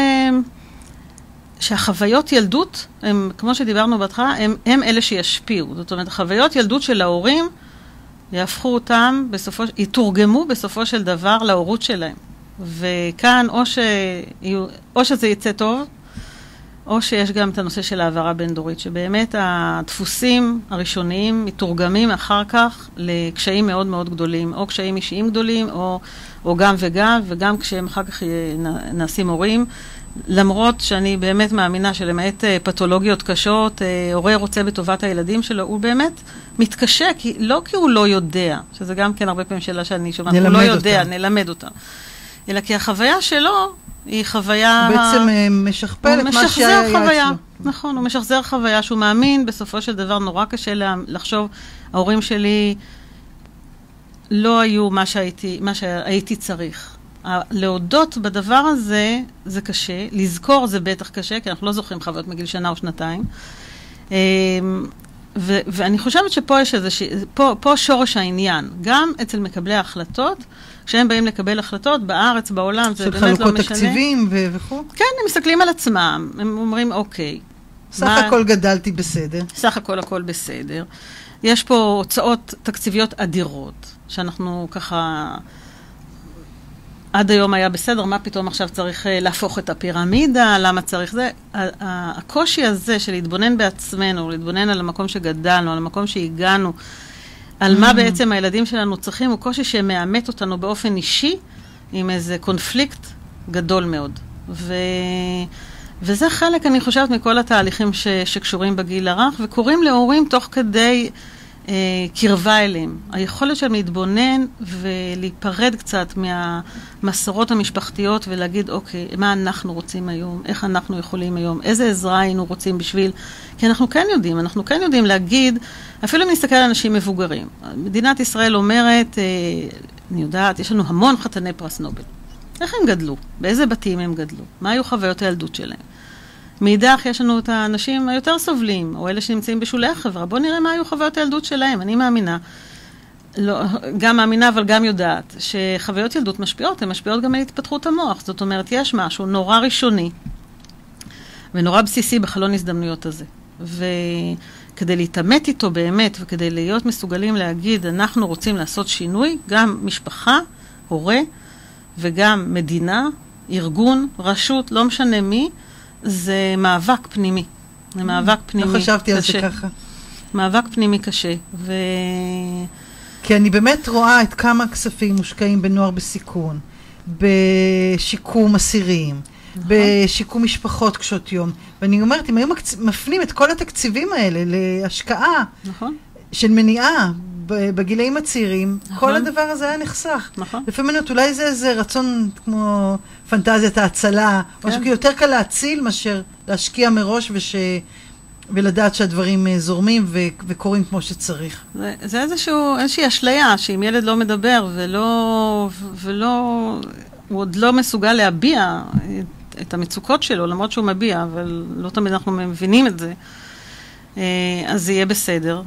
שהחוויות ילדות, הם, כמו שדיברנו בהתחלה, הם אלה שישפיעו. זאת אומרת, החוויות ילדות של ההורים יהפכו אותם, יתורגמו בסופו של דבר להורות שלהם. וכאן או שזה יצא טוב, או שיש גם את הנושא של העברה בין-דורית, שבאמת הדפוסים הראשוניים מתורגמים אחר כך לקשיים מאוד מאוד גדולים, או קשיים אישיים גדולים, או גם וגם, וגם כשהם אחר כך נעשים הורים, למרות שאני באמת מאמינה שלמעט פתולוגיות קשות, הורה רוצה בטובת הילדים שלו, הוא באמת מתקשה, לא כי הוא לא יודע, שזה גם כן הרבה פעמים שאלה שאני שומעת, הוא לא יודע, נלמד אותה. אלא כי החוויה שלו היא חוויה... בעצם משכפל את מה שהיה אצלו. נכון, הוא משחזר חוויה שהוא מאמין, בסופו של דבר נורא קשה לחשוב, ההורים שלי לא היו מה שהייתי צריך. להודות בדבר הזה, זה קשה. לזכור זה בטח קשה, כי אנחנו לא זוכרים חוויות מגיל שנה או שנתיים. ואני חושבת שפה יש פה שורש העניין. גם אצל מקבלי ההחלטות, כשהם באים לקבל החלטות, בארץ, בעולם, זה באמת לא משנה. של חלוקות תקציבים וכו'? כן, הם מסתכלים על עצמם. הם אומרים, אוקיי. סך הכל גדלתי בסדר. סך הכל בסדר. יש פה הוצאות תקציביות אדירות, שאנחנו ככה... עד היום היה בסדר, מה פתאום עכשיו צריך להפוך את הפירמידה, למה צריך זה? הקושי הזה של להתבונן בעצמנו, להתבונן על המקום שגדלנו, על המקום שהגענו, על מה בעצם הילדים שלנו צריכים, הוא קושי שמאמת אותנו באופן אישי, עם איזה קונפליקט גדול מאוד. וזה חלק, אני חושבת, מכל התהליכים שקשורים בגיל הרך, וקוראים להורים תוך כדי קרבה אליהם. היכולת שלהם להתבונן ולהיפרד קצת מהמסורות המשפחתיות ולהגיד, אוקיי, מה אנחנו רוצים היום? איך אנחנו יכולים היום? איזה עזרה היינו רוצים בשביל? כי אנחנו כן יודעים להגיד, אפילו אם נסתכל על אנשים מבוגרים. מדינת ישראל אומרת, אני יודעת, יש לנו המון חתני פרס נובל. איך הם גדלו? באיזה בתים הם גדלו? מה היו חוויות הילדות שלהם? מאידך יש לנו את האנשים היותר סובלים, או אלה שנמצאים בשולי החברה. בואו נראה מה היו חוויות הילדות שלהם. אני מאמינה, גם מאמינה אבל גם יודעת, שחוויות ילדות משפיעות, הן משפיעות גם על התפתחות המוח. זאת אומרת, יש משהו נורא ראשוני, ונורא בסיסי בחלון הזדמנויות הזה. וכדי להתאמת איתו באמת, וכדי להיות מסוגלים להגיד, אנחנו רוצים לעשות שינוי, גם משפחה, הורה, וגם מדינה, ארגון, רשות, לא משנה מי, זה מאבק פנימי. זה מאבק פנימי קשה. לא חשבתי על זה ככה. מאבק פנימי קשה. כי אני באמת רואה את כמה כספים מושקעים בנוער בסיכון, בשיקום אסירים, בשיקום משפחות קשות יום. ואני אומרת, אם היו מפנים את כל התקציבים האלה להשקעה של מניעה בגילאים הצעירים, כל הדבר הזה היה נחסך. לפעמים אולי זה איזה רצון כמו פנטזיית ההצלה, משהו כי יותר קל להציל מאשר להשקיע מראש ולדעת שהדברים זורמים וקורים כמו שצריך. זה איזושהי אשליה, שאם ילד לא מדבר הוא עוד לא מסוגל להביע את המצוקות שלו, למרות שהוא מביע, אבל לא תמיד אנחנו מבינים את זה. אז זה יהיה בסדר,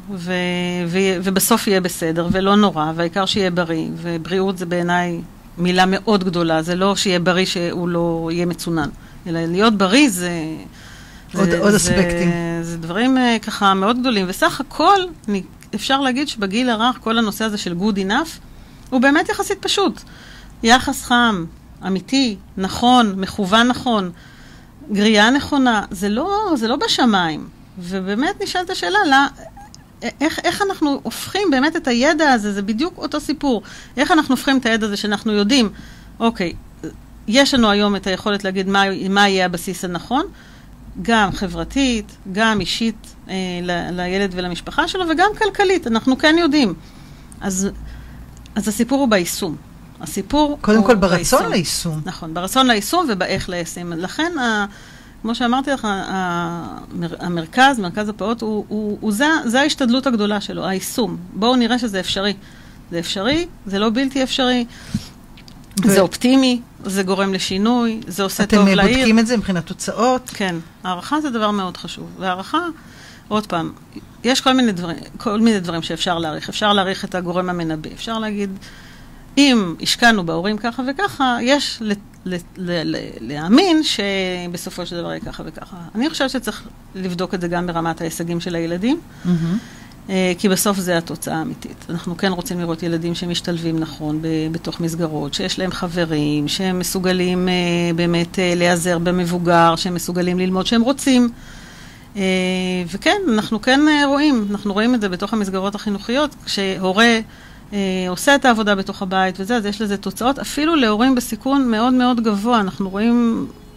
ובסוף יהיה בסדר, ולא נורא, והעיקר שיהיה בריא, ובריאות זה בעיניי מילה מאוד גדולה, זה לא שיהיה בריא שהוא לא יהיה מצונן, אלא להיות בריא זה... עוד אספקטים. זה דברים ככה מאוד גדולים, וסך הכל אפשר להגיד שבגיל הרך כל הנושא הזה של good enough, הוא באמת יחסית פשוט. יחס חם, אמיתי, נכון, מכוון נכון, גריעה נכונה, זה לא בשמיים. ובאמת נשאלת השאלה, איך אנחנו הופכים באמת את הידע הזה, זה בדיוק אותו סיפור. איך אנחנו הופכים את הידע הזה שאנחנו יודעים, אוקיי, יש לנו היום את היכולת להגיד מה יהיה הבסיס הנכון, גם חברתית, גם אישית לילד ולמשפחה שלו, וגם כלכלית, אנחנו כן יודעים. אז הסיפור הוא ביישום. קודם כל ברצון ליישום. נכון, ברצון ליישום ובאיך ליישם. לכן, כמו שאמרתי לך, מרכז הפעוט, זה ההשתדלות הגדולה שלו, היישום. בואו נראה שזה אפשרי. זה אפשרי, זה לא בלתי אפשרי, זה אופטימי, זה גורם לשינוי, זה עושה טוב לעיר. אתם בודקים את זה מבחינת תוצאות? כן, הערכה זה דבר מאוד חשוב. והערכה, עוד פעם, יש כל מיני דברים שאפשר להעריך. אפשר להעריך את הגורם המנבא. אפשר להגיד, אם השקענו בהורים ככה וככה, יש להאמין שבסופו של דבר יהיה ככה וככה. אני חושבת שצריך לבדוק את זה גם ברמת ההישגים של הילדים, כי בסוף זה התוצאה האמיתית. אנחנו כן רוצים לראות ילדים שמשתלבים נכון בתוך מסגרות, שיש להם חברים, שהם מסוגלים באמת להיעזר במבוגר, שהם מסוגלים ללמוד שהם רוצים. וכן, אנחנו כן רואים את זה בתוך המסגרות החינוכיות, כשהורה עושה את העבודה בתוך הבית וזה, אז יש לזה תוצאות, אפילו להורים בסיכון מאוד מאוד גבוה. אנחנו רואים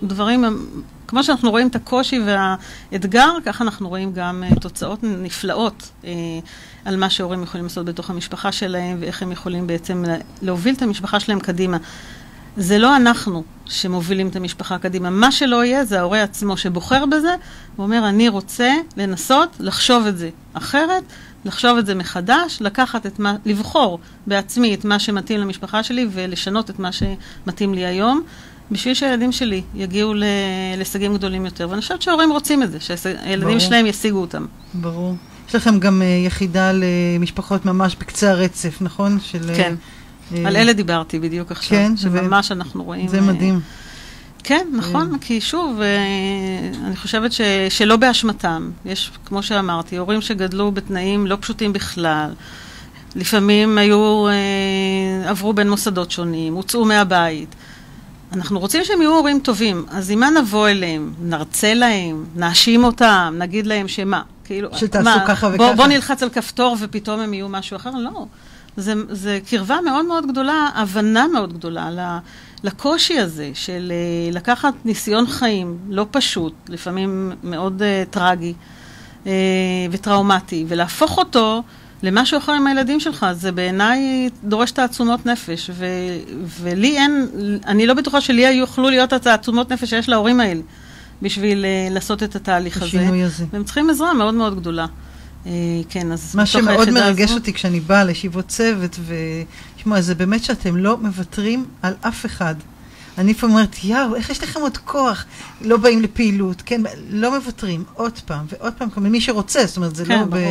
דברים, כמו שאנחנו רואים את הקושי והאתגר, ככה אנחנו רואים גם תוצאות נפלאות על מה שהורים יכולים לעשות בתוך המשפחה שלהם, ואיך הם יכולים בעצם להוביל את המשפחה שלהם קדימה. זה לא אנחנו שמובילים את המשפחה קדימה. מה שלא יהיה, זה ההורה עצמו שבוחר בזה, ואומר, אני רוצה לנסות לחשוב את זה אחרת, לחשוב את זה מחדש, לקחת את מה, לבחור בעצמי את מה שמתאים למשפחה שלי, ולשנות את מה שמתאים לי היום, בשביל שהילדים שלי יגיעו להישגים גדולים יותר. ואני חושבת שההורים רוצים את זה, שהילדים שלהם ישיגו אותם. ברור. יש לכם גם יחידה למשפחות ממש בקצה הרצף, נכון? כן. על אלה דיברתי בדיוק עכשיו. כן. שממש אנחנו רואים... זה מדהים. כן, נכון, כי שוב, אני חושבת שלא באשמתם. יש, כמו שאמרתי, הורים שגדלו בתנאים לא פשוטים בכלל. לפעמים עברו בין מוסדות שונים, הוצאו מהבית. אנחנו רוצים שהם יהיו הורים טובים, אז אם מה נבוא אליהם, נרצה להם, נאשים אותם, נגיד להם שמה? כאילו, שתעשו ככה וככה. בוא נלחץ על כפתור ופתאום הם יהיו משהו אחר? לא. זה קרבה מאוד מאוד גדולה, הבנה מאוד גדולה לקושי הזה של לקחת ניסיון חיים לא פשוט, לפעמים מאוד טרגי וטראומטי, ולהפוך אותו למשהו אחר עם הילדים שלך. זה בעיניי דורש תעצומות נפש, ולי אין, אני לא בטוחה שלי יוכלו להיות התעצומות נפש שיש להורים האלה, בשביל לעשות את התהליך הזה. והם צריכים עזרה מאוד מאוד גדולה. כן, אז מה שמאוד מרגש אותי כשאני באה לישיבות צוות, ושמוע, זה באמת שאתם לא מוותרים על אף אחד. אני פה אומרת, יאו, איך יש לכם עוד כוח? לא באים לפעילות, כן, לא מוותרים, עוד פעם ועוד פעם, כמו מי שרוצה, זאת אומרת, זה כן, לא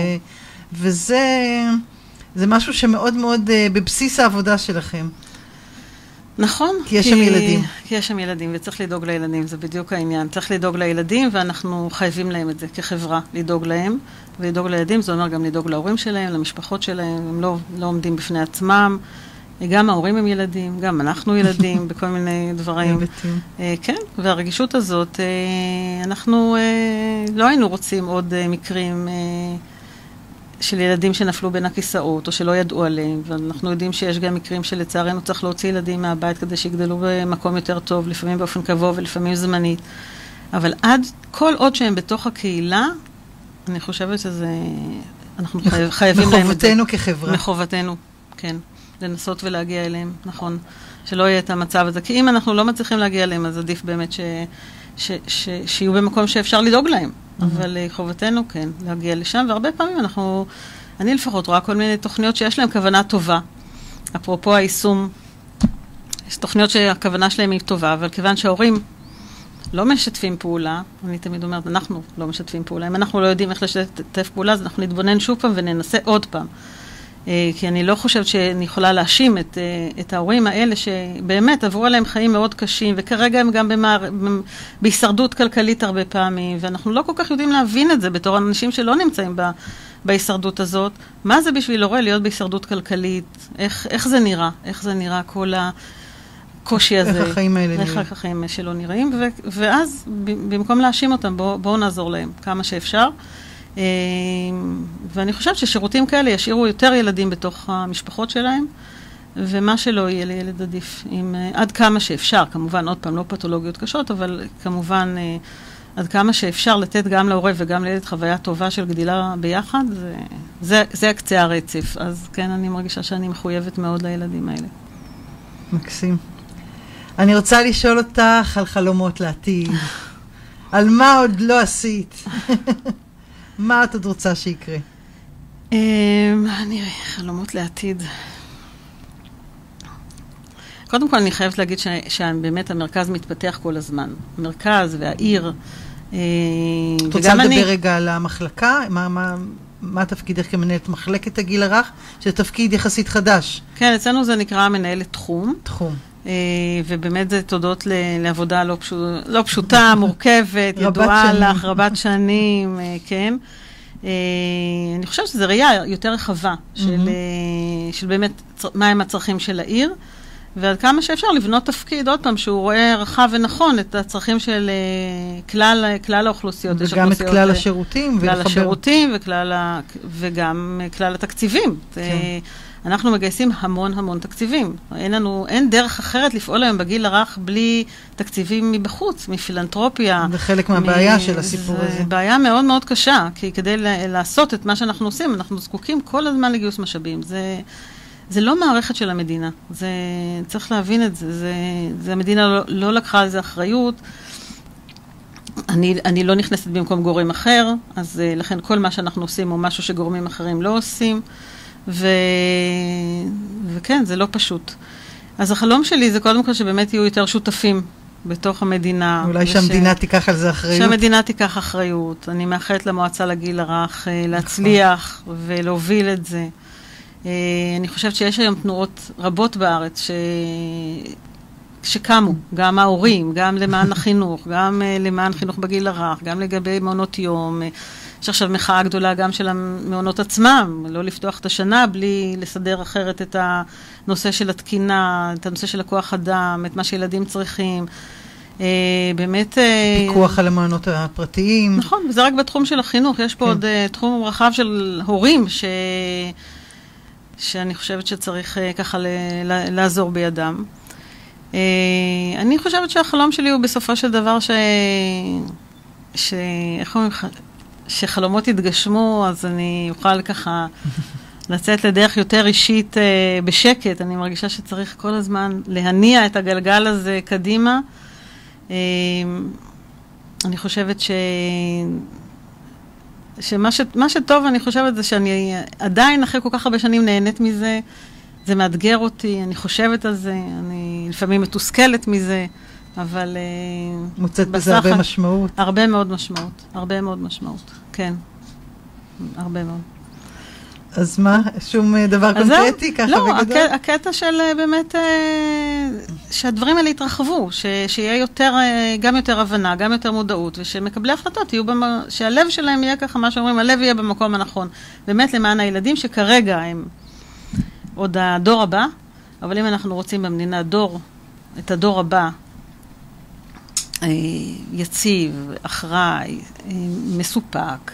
וזה משהו שמאוד מאוד בבסיס העבודה שלכם. נכון. כי יש שם ילדים. כי יש שם ילדים, וצריך לדאוג לילדים, זה בדיוק העניין. צריך לדאוג לילדים, ואנחנו חייבים להם את זה כחברה, לדאוג להם. ולדאוג לילדים, זה אומר גם לדאוג להורים שלהם, למשפחות שלהם, הם לא עומדים בפני עצמם. גם ההורים הם ילדים, גם אנחנו ילדים, בכל מיני דברים. כן, והרגישות הזאת, אנחנו לא היינו רוצים עוד מקרים של ילדים שנפלו בין הכיסאות, או שלא ידעו עליהם, ואנחנו יודעים שיש גם מקרים שלצערנו צריך להוציא ילדים מהבית כדי שיגדלו במקום יותר טוב, לפעמים באופן קבוע ולפעמים זמנית. אבל כל עוד שהם בתוך הקהילה, אני חושבת שזה, אנחנו חייבים להם את זה. מחובתנו כחברה. מחובתנו, כן. לנסות ולהגיע אליהם, נכון. שלא יהיה את המצב הזה. כי אם אנחנו לא מצליחים להגיע אליהם, אז עדיף באמת שיהיו במקום שאפשר לדאוג להם. אבל חובתנו, כן, להגיע לשם. והרבה פעמים אני לפחות רואה כל מיני תוכניות שיש להם כוונה טובה. אפרופו היישום, יש תוכניות שהכוונה שלהם היא טובה, אבל כיוון שההורים לא משתפים פעולה, אני תמיד אומרת, אנחנו לא משתפים פעולה. אם אנחנו לא יודעים איך לשתף פעולה, אז אנחנו נתבונן שוב פעם וננסה עוד פעם. כי אני לא חושבת שאני יכולה להאשים את ההורים האלה שבאמת עברו עליהם חיים מאוד קשים, וכרגע הם גם בהישרדות כלכלית הרבה פעמים, ואנחנו לא כל כך יודעים להבין את זה בתור אנשים שלא נמצאים בהישרדות הזאת. מה זה בשביל הורה להיות בהישרדות כלכלית? איך זה נראה? איך זה נראה כל הקושי הזה? איך החיים האלה נראים? איך החיים שלא נראים? ואז במקום להאשים אותם, בואו נעזור להם כמה שאפשר. ואני חושבת ששירותים כאלה ישאירו יותר ילדים בתוך המשפחות שלהם, ומה שלא יהיה לילד עדיף, עד כמה שאפשר, כמובן, עוד פעם, לא פתולוגיות קשות, אבל כמובן, עד כמה שאפשר לתת גם להורה וגם לילד חוויה טובה של גדילה ביחד, זה הקצה הרצף. אז כן, אני מרגישה שאני מחויבת מאוד לילדים האלה. מקסים. אני רוצה לשאול אותך על חלומות לעתיד. על מה עוד לא עשית? מה את עוד רוצה שיקרה? חלומות לעתיד. קודם כל אני חייבת להגיד שבאמת המרכז מתפתח כל הזמן. המרכז והעיר. את רוצה לדבר רגע על המחלקה? מה תפקידך כמנהלת מחלקת הגיל הרך? שזה תפקיד יחסית חדש. כן, אצלנו זה נקרא מנהלת תחום. תחום. ובאמת זה תודות לעבודה לא פשוטה, מורכבת, ידועה לך, רבת שנים, כן. אני חושבת שזה ראייה יותר רחבה של באמת מהם הצרכים של העיר, ועד כמה שאפשר לבנות תפקיד, עוד פעם, שהוא רואה רחב ונכון את הצרכים של כלל האוכלוסיות. וגם את כלל השירותים. כלל השירותים וגם כלל התקציבים. אנחנו מגייסים המון תקציבים. אין דרך אחרת לפעול היום בגיל הרך בלי תקציבים מבחוץ, מפילנטרופיה. זה חלק מהבעיה של הסיפור הזה. זה בעיה מאוד מאוד קשה, כי כדי לעשות את מה שאנחנו עושים, אנחנו זקוקים כל הזמן לגיוס משאבים. זה לא מערכת של המדינה. צריך להבין את זה. המדינה לא לקחה על זה אחריות. אני לא נכנסת במקום גורם אחר, אז לכן כל מה שאנחנו עושים הוא משהו שגורמים אחרים לא עושים, וכן, זה לא פשוט. אז החלום שלי זה קודם כל שבאמת יהיו יותר שותפים בתוך המדינה. אולי שהמדינה תיקח על זה אחריות. שהמדינה תיקח אחריות. אני מאחלת למועצה לגיל הרך להצליח ולהוביל את זה. אני חושבת שיש היום תנועות רבות בארץ שקמו, גם ההורים, גם למען החינוך, גם למען חינוך בגיל הרך, גם לגבי מעונות יום. יש עכשיו מחאה גדולה גם של המעונות עצמם, לא לפתוח את השנה בלי לסדר אחרת את הנושא של התקינה, את הנושא של הכוח אדם, את מה שילדים צריכים. באמת... פיקוח על המעונות הפרטיים. נכון, וזה רק בתחום של החינוך. יש פה עוד תחום רחב של הורים שאני חושבת שצריך ככה לעזור בידם. אני חושבת שהחלום שלי הוא בסופו של דבר שחלומות יתגשמו, אז אני אוכל ככה לצאת לדרך יותר אישית בשקט. אני מרגישה שצריך כל הזמן להניע את הגלגל הזה קדימה. אני חושבת מה שטוב, אני חושבת זה שאני עדיין אחרי כל כך הרבה שנים נהנית מזה. זה מאתגר אותי, אני חושבת על זה, אני לפעמים מתוסכלת מזה, אבל... מוצאת בזה הרבה משמעות. הרבה מאוד משמעות, כן. הרבה מאוד. אז מה? שום דבר קונקרטי ככה בגדול? לא, הקטע של באמת, שהדברים האלה יתרחבו, שיהיה יותר, גם יותר הבנה, גם יותר מודעות, ושמקבלי החלטות יהיו, שהלב שלהם יהיה ככה, מה שאומרים, הלב יהיה במקום הנכון. באמת למען הילדים שכרגע הם... עוד הדור הבא, אבל אם אנחנו רוצים במדינה את הדור הבא, יציב, אחראי, מסופק,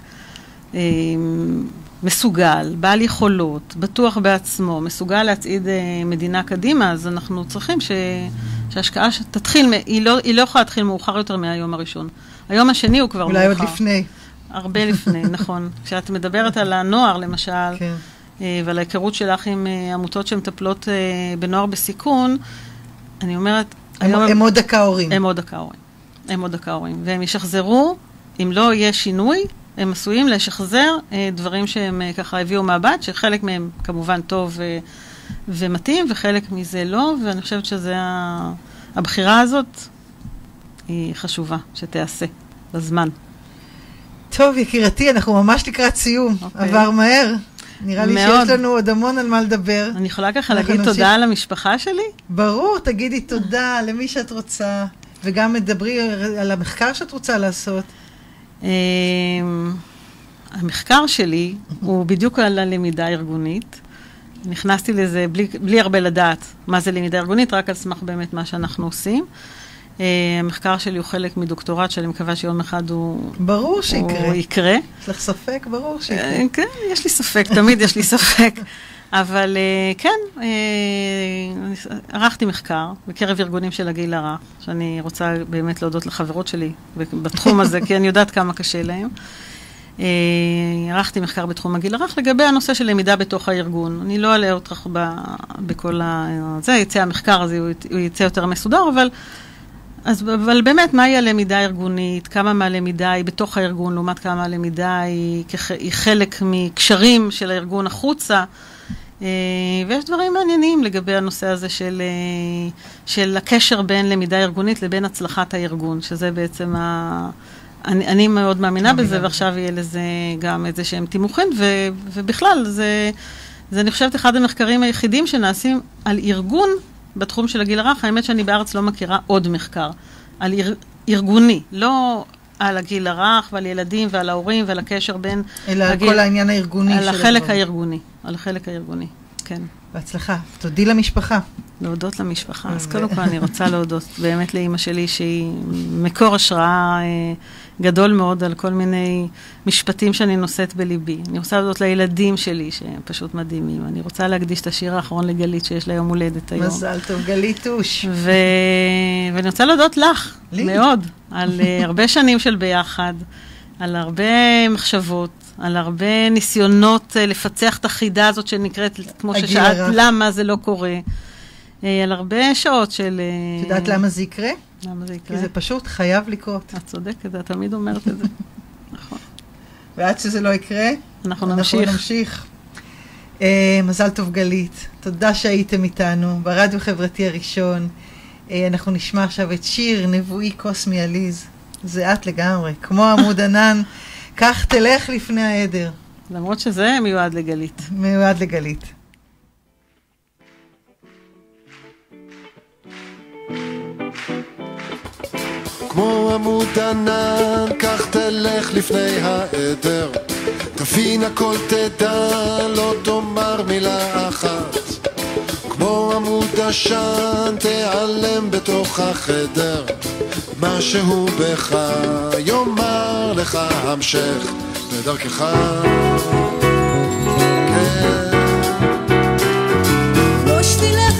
מסוגל, בעל יכולות, בטוח בעצמו, מסוגל להצעיד מדינה קדימה, אז אנחנו צריכים שההשקעה תתחיל, היא לא יכולה להתחיל מאוחר יותר מהיום הראשון. היום השני הוא כבר מאוחר. אולי עוד לפני. הרבה לפני, נכון. כשאת מדברת על הנוער, למשל, כן. ועל ההיכרות שלך עם עמותות שמטפלות בנוער בסיכון, אני אומרת... הם עוד דקה הורים. הם עוד דקה הורים. והם ישחזרו, אם לא יהיה שינוי, הם עשויים לשחזר דברים שהם ככה הביאו מהבית, שחלק מהם כמובן טוב ומתאים, וחלק מזה לא, ואני חושבת שזה הבחירה הזאת היא חשובה, שתעשה בזמן. טוב, יקירתי, אנחנו ממש לקראת סיום. עבר מהר. נראה לי שיש לנו עוד המון על מה לדבר. אני יכולה ככה להגיד תודה על המשפחה שלי? ברור, תגידי תודה למי שאת רוצה, וגם מדברי על המחקר שאת רוצה לעשות. המחקר שלי הוא בדיוק על הלמידה הארגונית. נכנסתי לזה בלי הרבה לדעת מה זה למידה ארגונית, רק על סמך באמת מה שאנחנו עושים. המחקר שלי הוא חלק מדוקטורט שאני מקווה שיום אחד הוא... ברור שיקרה. הוא יקרה. יש לך ספק? ברור שיקרה. כן, יש לי ספק, תמיד יש לי ספק. אבל כן, ערכתי מחקר בקרב ארגונים של הגיל הרך, שאני רוצה באמת להודות לחברות שלי בתחום הזה, כי אני יודעת כמה קשה להם. ערכתי מחקר בתחום הגיל הרך לגבי הנושא של למידה בתוך הארגון. אני לא אעלה אותך בכל זה, יצא המחקר הזה, הוא יצא יותר מסודר, אבל באמת, מהי הלמידה הארגונית? כמה מהלמידה היא בתוך הארגון, לעומת כמה הלמידה היא חלק מקשרים של הארגון החוצה. ויש דברים מעניינים לגבי הנושא הזה של הקשר בין למידה ארגונית לבין הצלחת הארגון, שזה בעצם אני מאוד מאמינה בזה, ועכשיו יהיה לזה גם איזה שהם תימוכין, ובכלל, זה אני חושבת אחד המחקרים היחידים שנעשים על ארגון בתחום של הגיל הרך. האמת שאני בארץ לא מכירה עוד מחקר על ארגוני, לא על הגיל הרך ועל ילדים ועל ההורים ועל הקשר בין... אלא על כל העניין הארגוני של הדברים. על החלק הארגוני, כן. בהצלחה. תודי למשפחה. להודות למשפחה. אז קודם כל אני רוצה להודות באמת לאמא שלי, שהיא מקור השראה גדול מאוד על כל מיני משפטים שאני נושאת בליבי. אני רוצה להודות לילדים שלי, שהם פשוט מדהימים. אני רוצה להקדיש את השיר האחרון לגלית, שיש לה יום הולדת היום. מזל טוב, גלית אוש. ואני רוצה להודות לך, מאוד, על הרבה שנים של ביחד, על הרבה מחשבות, על הרבה ניסיונות לפצח את החידה הזאת שנקראת, כמו ששאלת, למה זה לא קורה. על הרבה שעות של... את יודעת למה זה יקרה? למה זה יקרה? כי זה פשוט חייב לקרות. את צודקת, את תמיד אומרת את זה. נכון. ועד שזה לא יקרה, אנחנו נמשיך. מזל טוב גלית. תודה שהייתם איתנו ברדיו חברתי הראשון. אנחנו נשמע עכשיו את שיר נבואי קוסמי עליז. זה את לגמרי, כמו עמוד ענן. כך תלך לפני העדר. למרות שזה מיועד לגלית. מיועד לגלית. כמו עמוד ענן, כך תלך לפני העדר. תבין הכל תדע, לא תאמר מילה אחת. כמו עמוד עשן, תיעלם בתוך החדר. משהו בך יאמר לך המשך בדרכך. כמו שתילך